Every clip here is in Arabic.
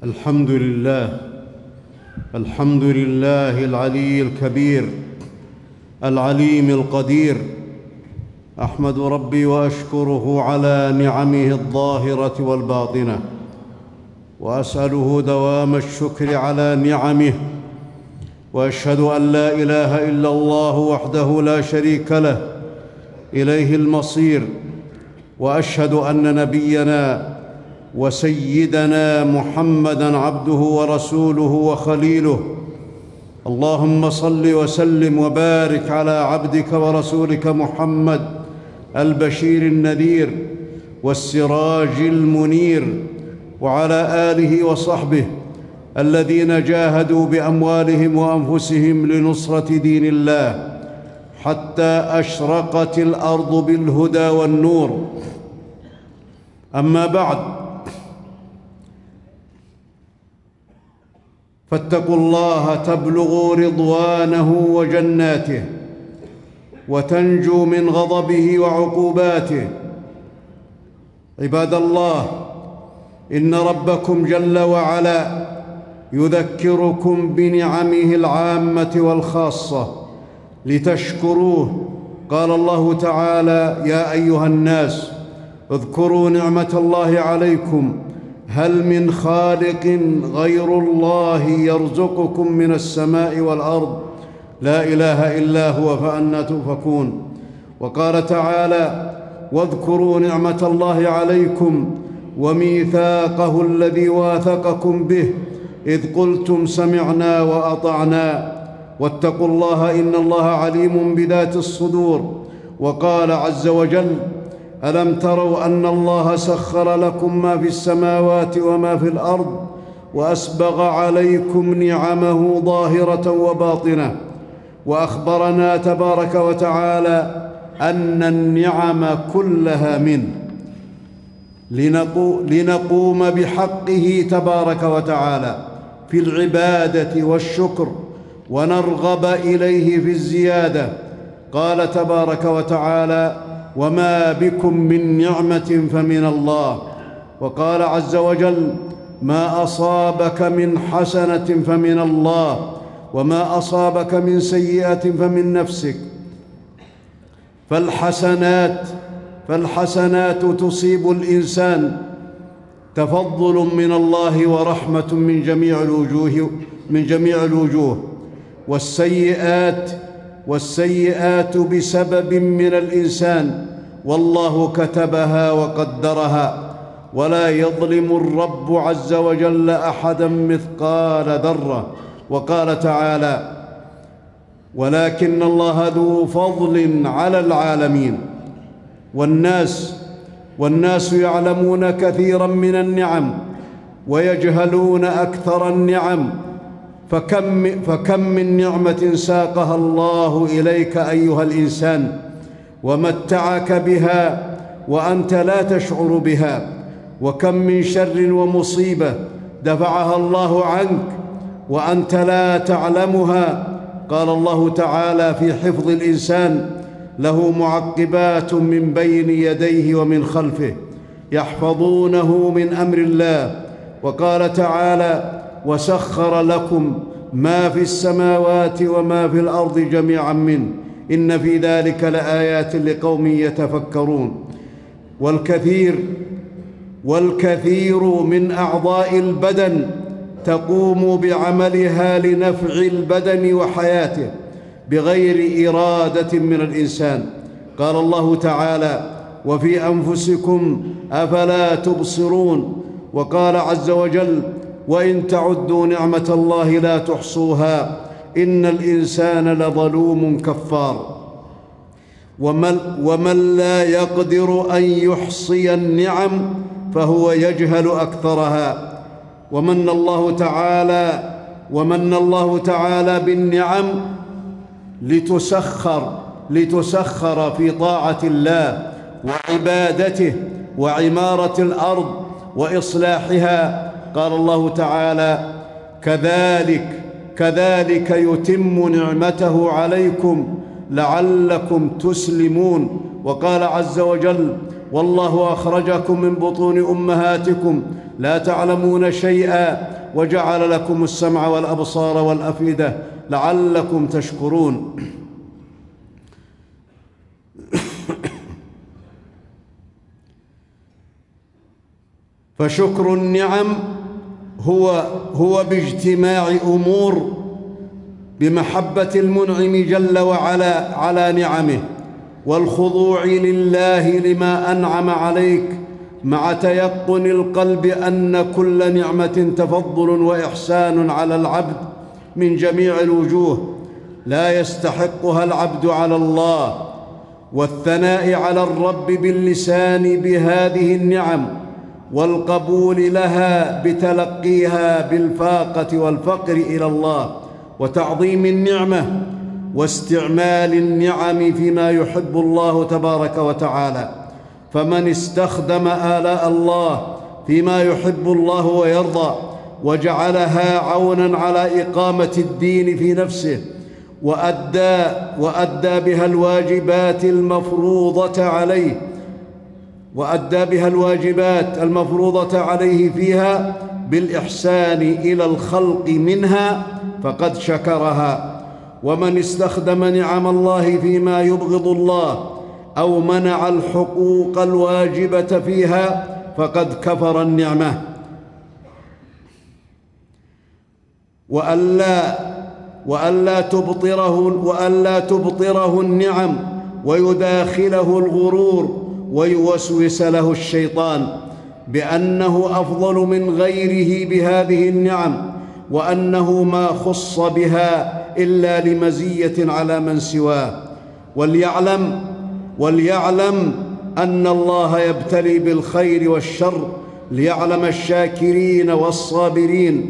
الحمد لله العلي الكبير العليم القدير. أحمد ربي وأشكره على نعمه الظاهرة والباطنة، وأسأله دوام الشكر على نعمه، وأشهد أن لا إله إلا الله وحده لا شريك له إليه المصير، وأشهد أن نبينا وسيدنا محمدًا عبده ورسوله وخليله. اللهم صل وسلم وبارك على عبدك ورسولك محمد البشير النذير والسراج المنير، وعلى آله وصحبه الذين جاهدوا بأموالهم وأنفسهم لنصرة دين الله حتى أشرقت الأرض بالهدى والنور. أما بعد، فاتقوا الله تبلغوا رضوانه وجناته، وتنجوا من غضبه وعقوباته. عباد الله، إن ربكم جل وعلا يذكركم بنعمه العامة والخاصة لتشكروه. قال الله تعالى: يا أيها الناس اذكروا نعمة الله عليكم هل من خالق غير الله يرزقكم من السماء والأرض لا إله إلا هو فأنى تؤفكون. وقال تعالى: واذكروا نعمة الله عليكم وميثاقه الذي واثقكم به إذ قلتم سمعنا وأطعنا واتقوا الله إن الله عليم بذات الصدور. وقال عز وجل: ألم تروا أن الله سخر لكم ما في السماوات وما في الأرض وأسبغ عليكم نعمه ظاهرة وباطنة. وأخبرنا تبارك وتعالى أن النعم كلها منه لنقوم بحقه تبارك وتعالى في العبادة والشكر، ونرغب إليه في الزيادة. قال تبارك وتعالى: وما بكم من نعمة فمن الله. وقال عز وجل: ما أصابك من حسنة فمن الله، وما أصابك من سيئة فمن نفسك. فالحسنات تصيب الإنسان تفضل من الله ورحمة من جميع الوجوه، والسيئات بسبب من الإنسان، والله كتبها وقدرها، ولا يظلم الرب عز وجل أحداً مثقال ذرة. وقال تعالى: ولكن الله ذو فضل على العالمين. والناس يعلمون كثيراً من النعم ويجهلون أكثر النعم، فكم من نعمة ساقها الله إليك أيها الإنسان ومتعك بها وأنت لا تشعر بها، وكم من شر ومصيبة دفعها الله عنك وأنت لا تعلمها. قال الله تعالى في حفظ الإنسان: له معقبات من بين يديه ومن خلفه يحفظونه من أمر الله. وقال تعالى: وسخر لكم ما في السماوات وما في الأرض جميعا منه إن في ذلك لآيات لقوم يتفكرون. والكثير من أعضاء البدن تقوم بعملها لنفع البدن وحياته بغير إرادة من الإنسان. قال الله تعالى: وفي أنفسكم أفلا تبصرون. وقال عز وجل: وإن تعدوا نعمة الله لا تحصوها إن الإنسان لظلوم كفار. ومن لا يقدر أن يحصي النعم فهو يجهل أكثرها. ومن الله تعالى بالنعم لتسخر في طاعة الله وعبادته وعمارة الأرض وإصلاحها. قال الله تعالى: كذلك يتم نعمته عليكم لعلكم تسلمون. وقال عز وجل: والله أخرجكم من بطون أمهاتكم لا تعلمون شيئا وجعل لكم السمع والأبصار والأفئدة لعلكم تشكرون. فشكر النعم هو باجتماع أمور بمحبة المنعم جل وعلا على نعمه، والخضوع لله لما أنعم عليك، مع تيقن القلب أن كل نعمة تفضل وإحسان على العبد من جميع الوجوه لا يستحقها العبد على الله، والثناء على الرب باللسان بهذه النعم، والقبول لها بتلقيها بالفاقة والفقر إلى الله، وتعظيم النعمة واستعمال النعم فيما يحب الله تبارك وتعالى. فمن استخدم آلاء الله فيما يحب الله ويرضى وجعلها عونا على إقامة الدين في نفسه وأدى بها الواجبات المفروضة عليه فيها بالإحسان إلى الخلق منها فقد شكرها. ومن استخدم نعم الله فيما يبغض الله أو منع الحقوق الواجبة فيها فقد كفر النعمة. وألا تبطره النعم ويداخله الغرور ويوسوس له الشيطان بأنه أفضل من غيره بهذه النعم، وأنه ما خص بها إلا لمزية على من سواه. وليعلم أن الله يبتلي بالخير والشر ليعلم الشاكرين والصابرين.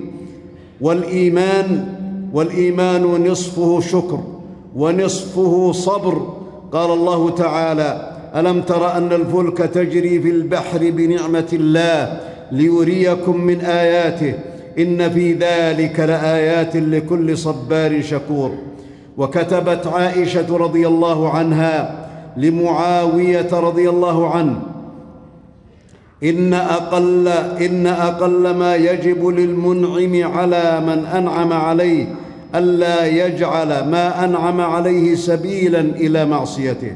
والإيمان نصفه شكر ونصفه صبر. قال الله تعالى: ألم تر أن الفلك تجري في البحر بنعمة الله ليريكم من آياته إن في ذلك لآيات لكل صبار شكور. وكتبت عائشة رضي الله عنها لمعاوية رضي الله عنه: إن أقل ما يجب للمنعم على من أنعم عليه ألا يجعل ما أنعم عليه سبيلا إلى معصيته.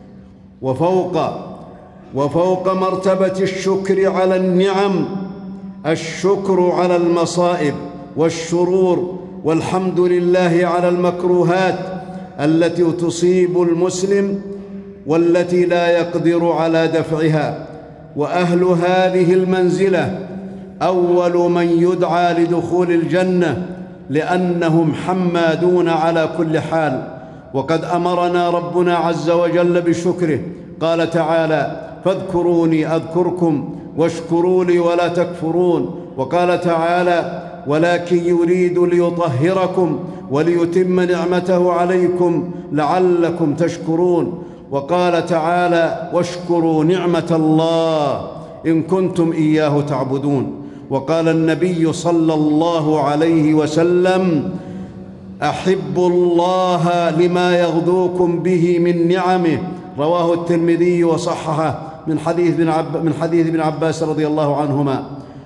وفوق مرتبة الشكر على النعم الشكر على المصائب والشرور، والحمد لله على المكروهات التي تصيب المسلم والتي لا يقدر على دفعها. وأهل هذه المنزلة أول من يدعى لدخول الجنة لأنهم حمادون على كل حال. وقد أمرنا ربنا عز وجل بشكره، قال تعالى: فاذكروني أذكركم واشكروا لي ولا تكفرون. وقال تعالى: ولكن يريد ليطهركم وليتم نعمته عليكم لعلكم تشكرون. وقال تعالى: واشكروا نعمة الله إن كنتم إياه تعبدون. وقال النبي صلى الله عليه وسلم: أحبوا الله لما يغدوكم به من نعمه. رواه الترمذي وصححه من حديث ابن عباس رضي الله عنهما.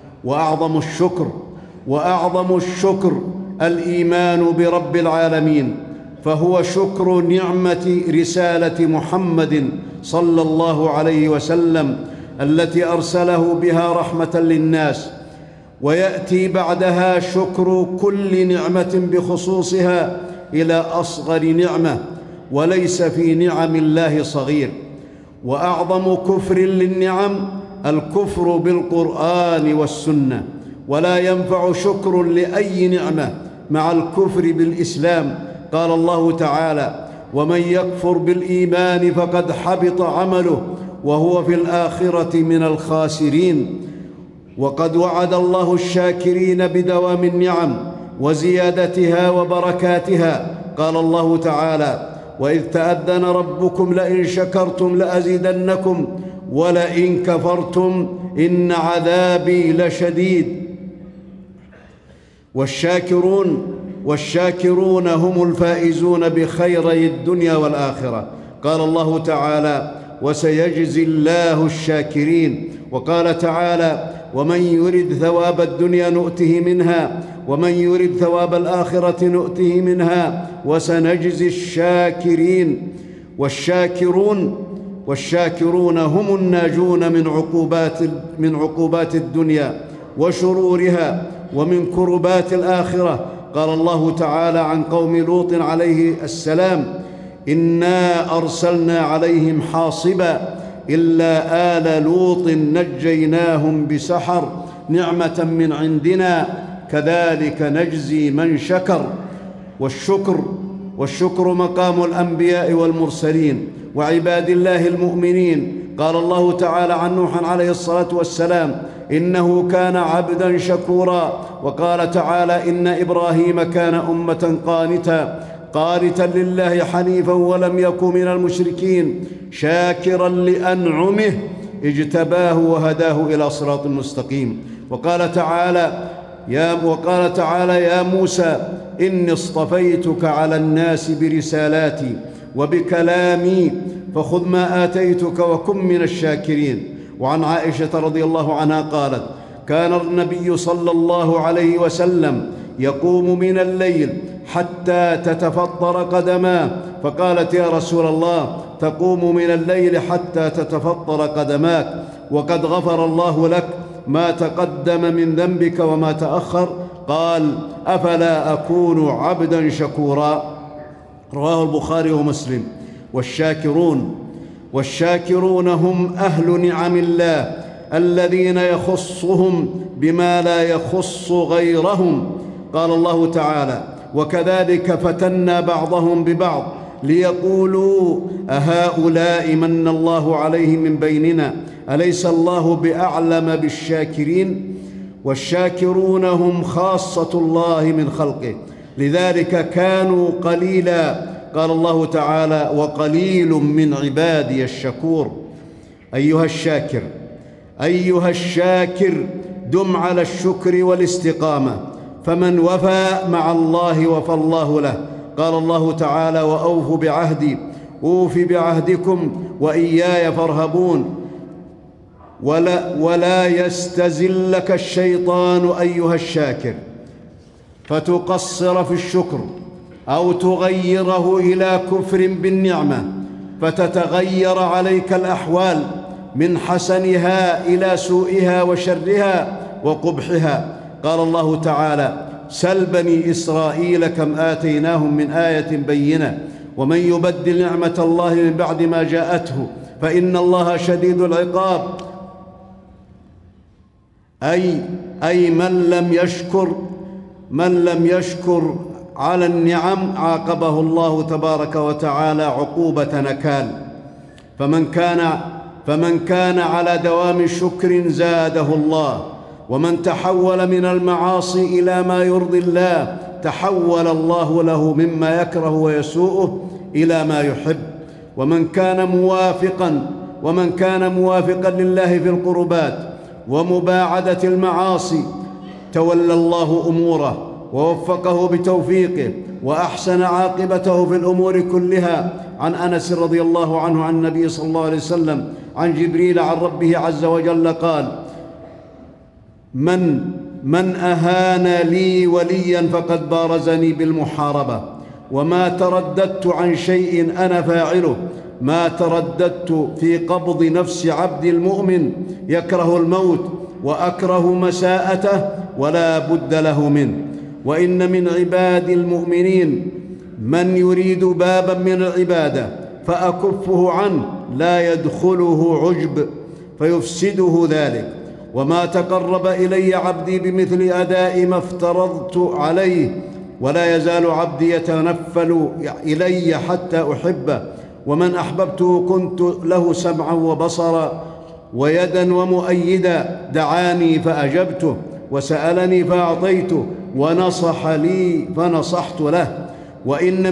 وأعظم الشكر الإيمان برب العالمين، فهو شكر نعمة رسالة محمد صلى الله عليه وسلم التي أرسله بها رحمة للناس. ويأتي بعدها شكر كل نعمة بخصوصها إلى أصغر نعمة، وليس في نعم الله صغير. وأعظم كفر للنعم الكفر بالقرآن والسنة، ولا ينفع شكر لأي نعمة مع الكفر بالإسلام. قال الله تعالى: ومن يكفر بالإيمان فقد حبط عمله وهو في الآخرة من الخاسرين. وقد وعد الله الشاكرين بدوام النعم وزيادتها وبركاتها. قال الله تعالى: وإذ تأذن ربكم لئن شكرتم لأزيدنكم ولئن كفرتم إن عذابي لشديد. والشاكرون هم الفائزون بخيري الدنيا والآخرة. قال الله تعالى: وسيجزي الله الشاكرين. وقال تعالى: ومن يرد ثواب الدنيا نؤته منها ومن يرد ثواب الآخرة نؤته منها وسنجزي الشاكرين. والشاكرون هم الناجون من عقوبات الدنيا وشرورها ومن كربات الآخرة. قال الله تعالى عن قوم لوط عليه السلام: إنا أرسلنا عليهم حاصبا إلا آل لوط نجيناهم بسحر نعمة من عندنا كذلك نجزي من شكر. والشكر مقام الأنبياء والمرسلين وعباد الله المؤمنين. قال الله تعالى عن نوح عليه الصلاة والسلام: إنه كان عبدا شكورا. وقال تعالى: إن إبراهيم كان أمة قانتا لله حنيفا ولم يك من المشركين شاكرا لأنعمه اجتباه وهداه إلى صراط مستقيم. وقال تعالى: يا موسى إني اصطفيتك على الناس برسالاتي وبكلامي فخذ ما آتيتك وكن من الشاكرين. وعن عائشة رضي الله عنها قالت: كان النبي صلى الله عليه وسلم يقوم من الليل حتى تتفطر قدماه، فقالت: يا رسول الله، تقوم من الليل حتى تتفطر قدماك وقد غفر الله لك ما تقدم من ذنبك وما تأخر؟ قال: أفلا أكون عبدا شكورا؟ رواه البخاري ومسلم. والشاكرون هم أهل نعم الله الذين يخصهم بما لا يخص غيرهم. قال الله تعالى: وكذلك فتنا بعضهم ببعض ليقولوا أهؤلاء من الله عليهم من بيننا أليس الله بأعلم بالشاكرين. والشاكرون هم خاصة الله من خلقه لذلك كانوا قليلا. قال الله تعالى: وقليل من عبادي الشكور. أيها الشاكر دم على الشكر والاستقامة، فمن وفى مع الله وفى الله له. قال الله تعالى: وأوفوا بعهدي أوف بعهدكم وإياي فارهبون. ولا يستزلك الشيطان أيها الشاكر فتقصر في الشكر أو تغيره إلى كفر بالنعمة فتتغير عليك الأحوال من حسنها إلى سوءها وشرها وقبحها. قال الله تعالى: سل بني إسرائيل كم آتيناهم من آية بينة ومن يبدل نعمة الله من بعد ما جاءته فإن الله شديد العقاب. أي من لم يشكر على النعم عاقبه الله تبارك وتعالى عقوبة نكال. فمن كان على دوام شكر زاده الله، ومن تحول من المعاصي إلى ما يرضي الله تحول الله له مما يكره ويسوءه إلى ما يحب. ومن كان موافقا لله في القربات ومباعدة المعاصي تولى الله أموره ووفقه بتوفيقه وأحسن عاقبته في الأمور كلها. عن أنس رضي الله عنه عن النبي صلى الله عليه وسلم عن جبريل عن ربه عز وجل قال: من أهان لي وليا فقد بارزني بالمحاربة، وما ترددت عن شيء أنا فاعله، ما ترددت في قبض نفس عبد المؤمن يكره الموت وأكره مساءته ولا بد له منه. وإن من عباد المؤمنين من يريد بابا من العبادة فأكفه عنه لا يدخله عجب فيفسده ذلك. وما تقرب إلي عبدي بمثل أداء ما افترضت عليه، ولا يزال عبدي يتنفل إلي حتى أحبه. ومن أحببته كنت له سمعا وبصرا ويدا ومؤيدا، دعاني فأجبته وسألني فأعطيته ونصح لي فنصحت له. وإن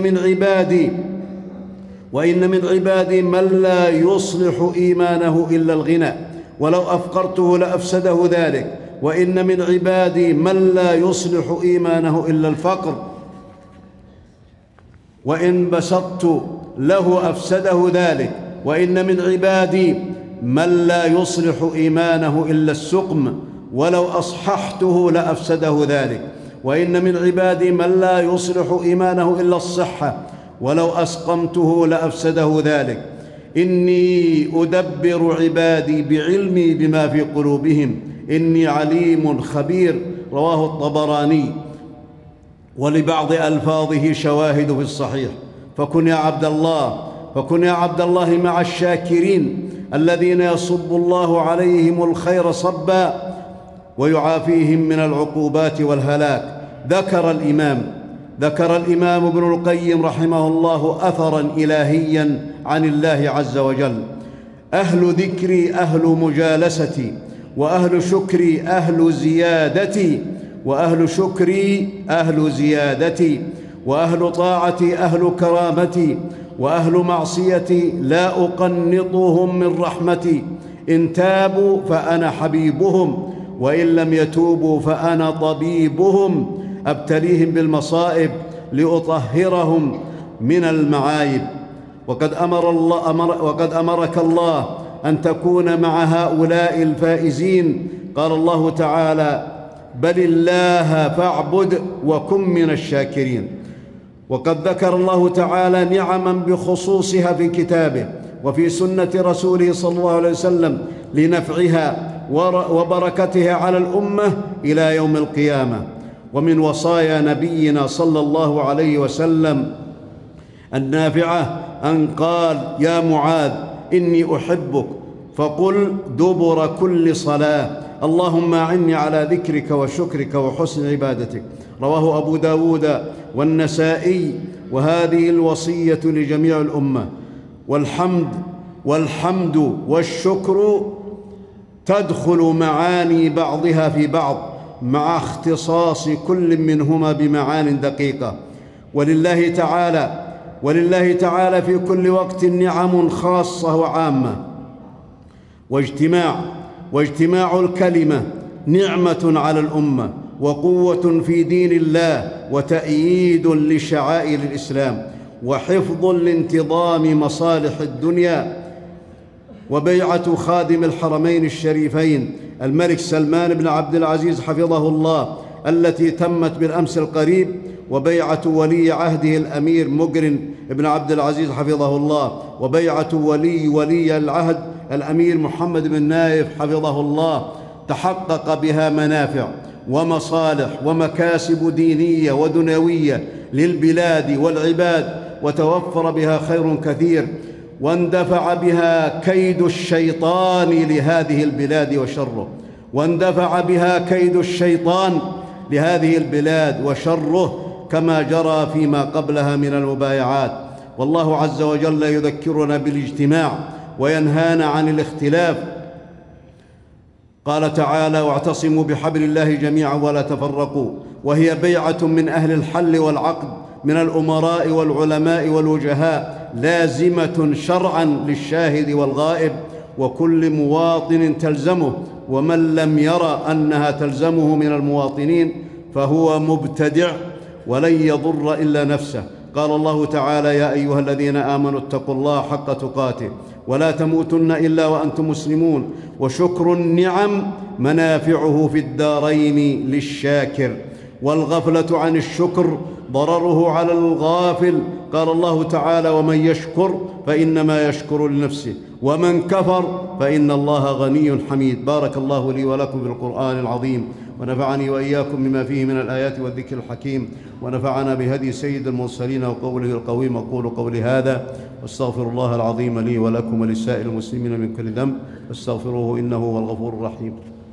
من عبادي من لا يصلح إيمانه إلا الغنى، ولو أفقرته لأفسده ذلك. وإن من عبادي من لا يصلح إيمانه إلا الفقر، وإن بسطت له أفسده ذلك. وإن من عبادي من لا يصلح إيمانه إلا السقم ولو أصححته لأفسده ذلك، وإن من عبادي من لا يصلح إيمانه إلا الصحة ولو أسقمته لأفسده ذلك. إني أدبر عبادي بعلمي بما في قلوبهم إني عليم خبير. رواه الطبراني. ولبعض ألفاظه شواهد في الصحيح. فكن يا عبد الله مع الشاكرين الذين يصب الله عليهم الخير صبا ويعافيهم من العقوبات والهلاك. ذكر الإمام ابن القيم رحمه الله أثراً إلهياً عن الله عز وجل: أهل ذكري أهل مجالستي، وأهل شكري أهل زيادتي، وأهل طاعتي أهل كرامتي، وأهل معصيتي لا أقنطهم من رحمتي. إن تابوا فأنا حبيبهم، وإن لم يتوبوا فأنا طبيبهم. أبتليهم بالمصائب لأطهرهم من المعايب. وقد أمرك الله أن تكون مع هؤلاء الفائزين. قال الله تعالى: بل الله فاعبد وكن من الشاكرين. وقد ذكر الله تعالى نعماً بخصوصها في كتابه وفي سنة رسوله صلى الله عليه وسلم لنفعها وبركتها على الأمة إلى يوم القيامة. ومن وصايا نبينا صلى الله عليه وسلم النافعة أن قال: يا معاذ إني أحبك فقل دبر كل صلاة اللهم أعني على ذكرك وشكرك وحسن عبادتك. رواه أبو داود والنسائي. وهذه الوصية لجميع الأمة. والحمد والشكر تدخل معاني بعضها في بعض مع اختصاص كل منهما بمعان دقيقة. ولله تعالى في كل وقت نعم خاصة وعامة. واجتماع الكلمة نعمة على الأمة وقوة في دين الله وتأييد لشعائر الإسلام وحفظ لانتظام مصالح الدنيا. وبيعة خادم الحرمين الشريفين الملك سلمان بن عبد العزيز حفظه الله التي تمت بالأمس القريب، وبيعة ولي عهده الأمير مقرن بن عبد العزيز حفظه الله، وبيعة ولي العهد الأمير محمد بن نايف حفظه الله، تحقق بها منافع ومصالح ومكاسب دينية ودنيوية للبلاد والعباد، وتوفر بها خير كثير، واندفع بها كيد الشيطان لهذه البلاد وشره كما جرى فيما قبلها من المبايعات. والله عز وجل يذكرنا بالاجتماع وينهانا عن الاختلاف. قال تعالى: واعتصموا بحبل الله جميعا ولا تفرقوا. وهي بيعة من أهل الحل والعقد من الأمراء والعلماء والوجهاء، لازمة شرعا للشاهد والغائب وكل مواطن تلزمه، ومن لم يرى أنها تلزمه من المواطنين فهو مبتدع ولن يضر إلا نفسه. قال الله تعالى: يا أيها الذين آمنوا اتقوا الله حق تقاته ولا تموتن إلا وأنتم مسلمون. وشكر النعم منافعه في الدارين للشاكر، والغفلة عن الشكر ضرره على الغافل. قال الله تعالى: ومن يشكر فإنما يشكر لنفسه ومن كفر فإن الله غني حميد. بارك الله لي ولكم بالقرآن العظيم، ونفعني وإياكم بما فيه من الآيات والذكر الحكيم، ونفعنا بهدي سيد المرسلين وقوله القويم. أقول قولي هذا واستغفر الله العظيم لي ولكم ولسائر المسلمين من كل ذنب فاستغفروه إنه هو الغفور الرحيم.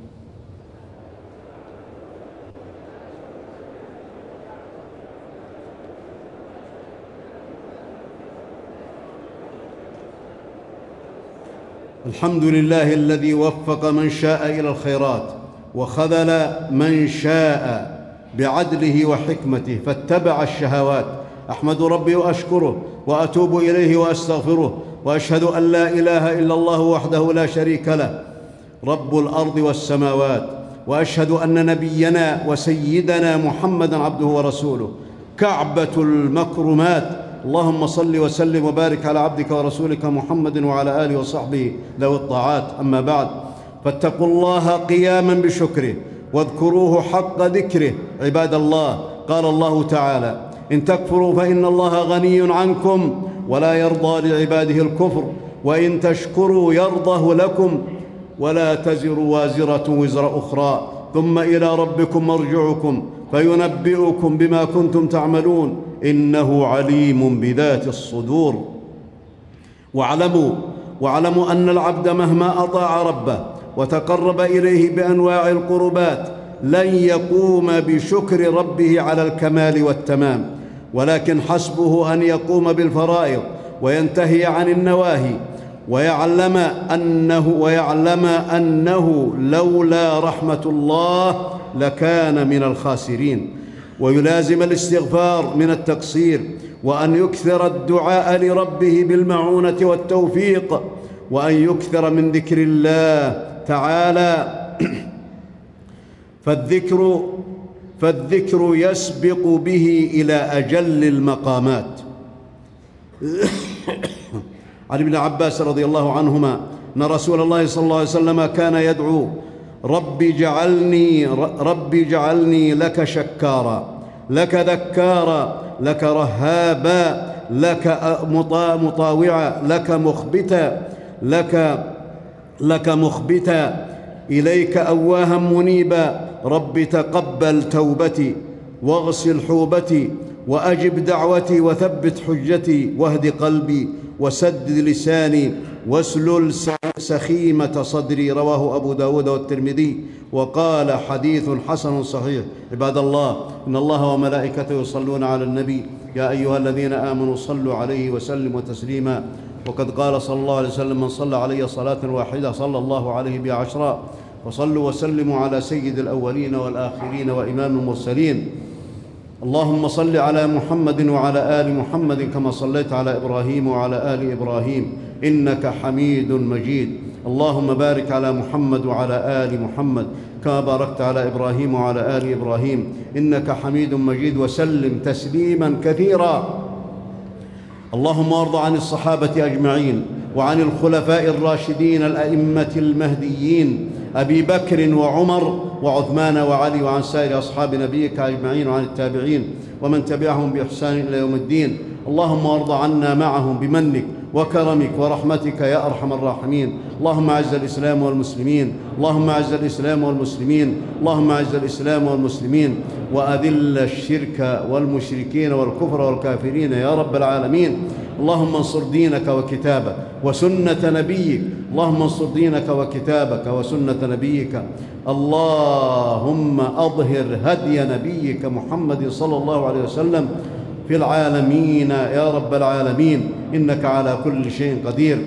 الحمد لله الذي وفق من شاء إلى الخيرات وخذل من شاء بعدله وحكمته فاتبع الشهوات. أحمد ربي وأشكره وأتوب إليه وأستغفره، وأشهد أن لا إله إلا الله وحده لا شريك له رب الأرض والسماوات، وأشهد أن نبينا وسيدنا محمدًا عبده ورسوله كعبة المكرمات اللهم صل وسلم وبارك على عبدك ورسولك محمد وعلى آله وصحبه ذوي الطاعات. أما بعد، فاتقوا الله قياما بشكره واذكروه حق ذكره. عباد الله، قال الله تعالى: إن تكفروا فإن الله غني عنكم ولا يرضى لعباده الكفر وإن تشكروا يرضه لكم ولا تزر وازرة وزر أخرى ثم إلى ربكم مرجعكم فينبئكم بما كنتم تعملون إنه عليم بذات الصدور. واعلموا أن العبد مهما أطاع ربه وتقرب إليه بأنواع القربات لن يقوم بشكر ربه على الكمال والتمام، ولكن حسبه أن يقوم بالفرائض وينتهي عن النواهي، ويعلم أنه لولا رحمة الله لكان من الخاسرين، ويلازم الاستغفار من التقصير، وأن يكثر الدعاء لربه بالمعونة والتوفيق، وأن يكثر من ذكر الله تعالى فالذكر يسبق به إلى أجل المقامات. عن ابن عباس رضي الله عنهما أن رسول الله صلى الله عليه وسلم كان يدعو: رب اجعلني لك شكارا، لك ذكارا، لك رهابا، لك مطاوعا، لك مخبتا، إليك أواها منيبا. رب تقبل توبتي واغسل حوبتي وأجب دعوتي وثبت حجتي واهد قلبي وسدد لساني واسلل سخيمة صدري. رواه أبو داود والترمذي وقال: حديث حسن صحيح. عباد الله، إن الله وملائكته يصلون على النبي يا أيها الذين آمنوا صلوا عليه وسلموا تسليما. وقد قال صلى الله عليه وسلم: من صلى علي صلاة واحدة صلى الله عليه بها عشرا. وصلوا وسلموا على سيد الأولين والآخرين وإمام المرسلين. اللهم صل على محمد وعلى آل محمد كما صليت على إبراهيم وعلى آل إبراهيم إنك حميد مجيد. اللهم بارك على محمد وعلى آل محمد كما باركت على إبراهيم وعلى آل إبراهيم إنك حميد مجيد، وسلم تسليما كثيرا. اللهم وارض عن الصحابة أجمعين وعن الخلفاء الراشدين الأئمة المهديين أبي بكر وعمر وعثمان وعلي، وعن سائر أصحاب نبيك أجمعين، وعن التابعين ومن تبعهم بإحسان إلى يوم الدين. اللهم وارض عنا معهم بمنك وكرمك ورحمتك يا أرحم الراحمين. اللهم أعز الإسلام والمسلمين، اللهم أعز الإسلام والمسلمين، اللهم أعز الإسلام والمسلمين، وأذل الشرك والمشركين والكفر والكافرين يا رب العالمين. اللهم انصر دينك وكتابك وسنة نبيك، اللهم انصر دينك وكتابك وسنة نبيك. اللهم أظهر هدي نبيك محمد صلى الله عليه وسلم في العالمين يا رب العالمين، إنك على كل شيء قدير.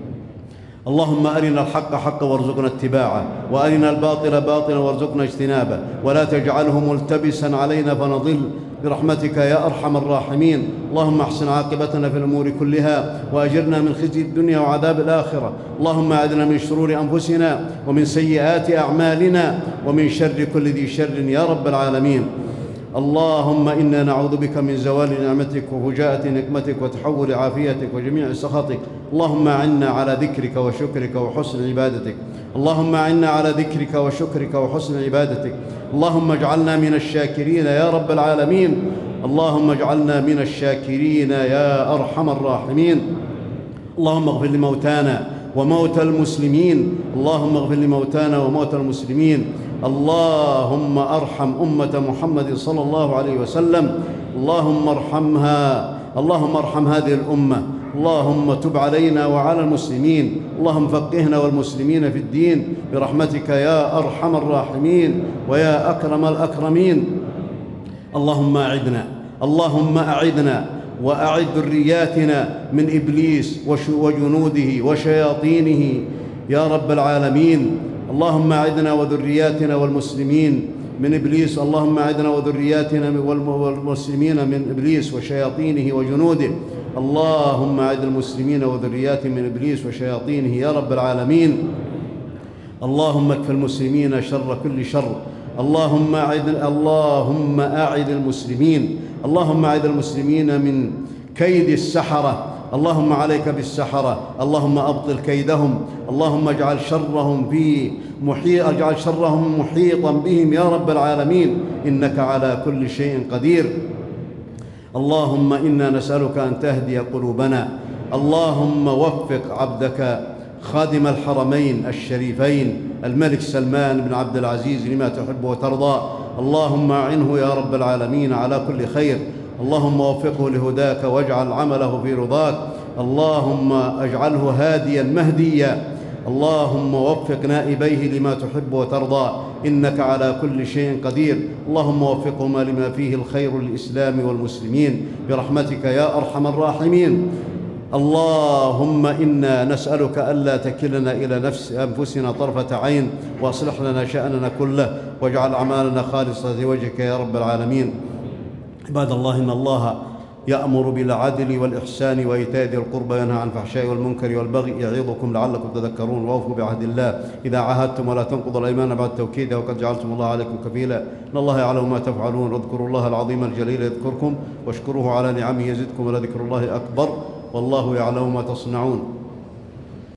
اللهم أرنا الحق حقا وارزقنا اتباعه، وأرنا الباطل باطلا وارزقنا اجتنابه، ولا تجعله ملتبسا علينا فنضل برحمتك يا أرحم الراحمين. اللهم احسن عاقبتنا في الأمور كلها وأجرنا من خزي الدنيا وعذاب الآخرة. اللهم أعذنا من شرور أنفسنا ومن سيئات أعمالنا ومن شر كل ذي شر يا رب العالمين. اللهم إنا نعوذ بك من زوال نعمتك وفجاءة نقمتك وتحول عافيتك وجميع سخطك. اللهم أعنا على ذكرك وشكرك وحسن عبادتك، اللهم أعنا على ذكرك وشكرك وحسن عبادتك. اللهم اجعلنا من الشاكرين يا رب العالمين، اللهم اجعلنا من الشاكرين يا أرحم الراحمين. اللهم اغفر لموتانا وموتى المسلمين، اللهم اغفر لموتانا وموتى المسلمين. اللهم ارحم أمة محمد صلى الله عليه وسلم، اللهم ارحمها، اللهم ارحم هذه الأمة. اللهم تب علينا وعلى المسلمين، اللهم فقهنا والمسلمين في الدين برحمتك يا أرحم الراحمين ويا أكرم الأكرمين. اللهم أعدنا وأعد ذرياتنا من إبليس وجنوده وشياطينه يا رب العالمين. اللهم أعدنا وذرياتنا والمسلمين من إبليس، اللهم أعدنا وذرياتنا والمسلمين من إبليس وشياطينه وجنوده. اللهم أعد المسلمين وذرياتهم من إبليس وشياطينه يا رب العالمين. اللهم اكف المسلمين شر كل شر. اللهم أعد المسلمين من كيد السحرة. اللهم عليك بالسحرة، اللهم أبطل كيدهم، اللهم اجعل شرهم محيطا بهم يا رب العالمين، إنك على كل شيء قدير. اللهم إنا نسألك أن تهدي قلوبنا. اللهم وفق عبدك خادم الحرمين الشريفين الملك سلمان بن عبد العزيز لما تحب وترضى. اللهم أعنه يا رب العالمين على كل خير. اللهم وفقه لهداك واجعل عمله في رضاك. اللهم اجعله هاديا مهديا. اللهم وفق نائبيه لما تحب وترضى، إنك على كل شيء قدير. اللهم وفقهما لما فيه الخير للإسلام والمسلمين برحمتك يا أرحم الراحمين. اللهم إنا نسألك ألا تكلنا إلى أنفسنا طرفة عين، وأصلح لنا شأننا كله، واجعل أعمالنا خالصة لوجهك يا رب العالمين. عباد الله، إن الله يأمر بالعدل والإحسان وإيتاء ذي القربى وينهى عن الفحشاء والمنكر والبغي يعظكم لعلكم تذكرون. وأوفوا بعهد الله إذا عاهدتم، ولا تنقضوا الأيمان بعد توكيدها، وقد جعلتم الله عليكم كفيلا. إن الله يعلم ما تفعلون. واذكروا الله العظيم الجليل يذكركم، واشكروه على نعمه يزدكم، ولذكر الله أكبر، والله يعلم ما تصنعون.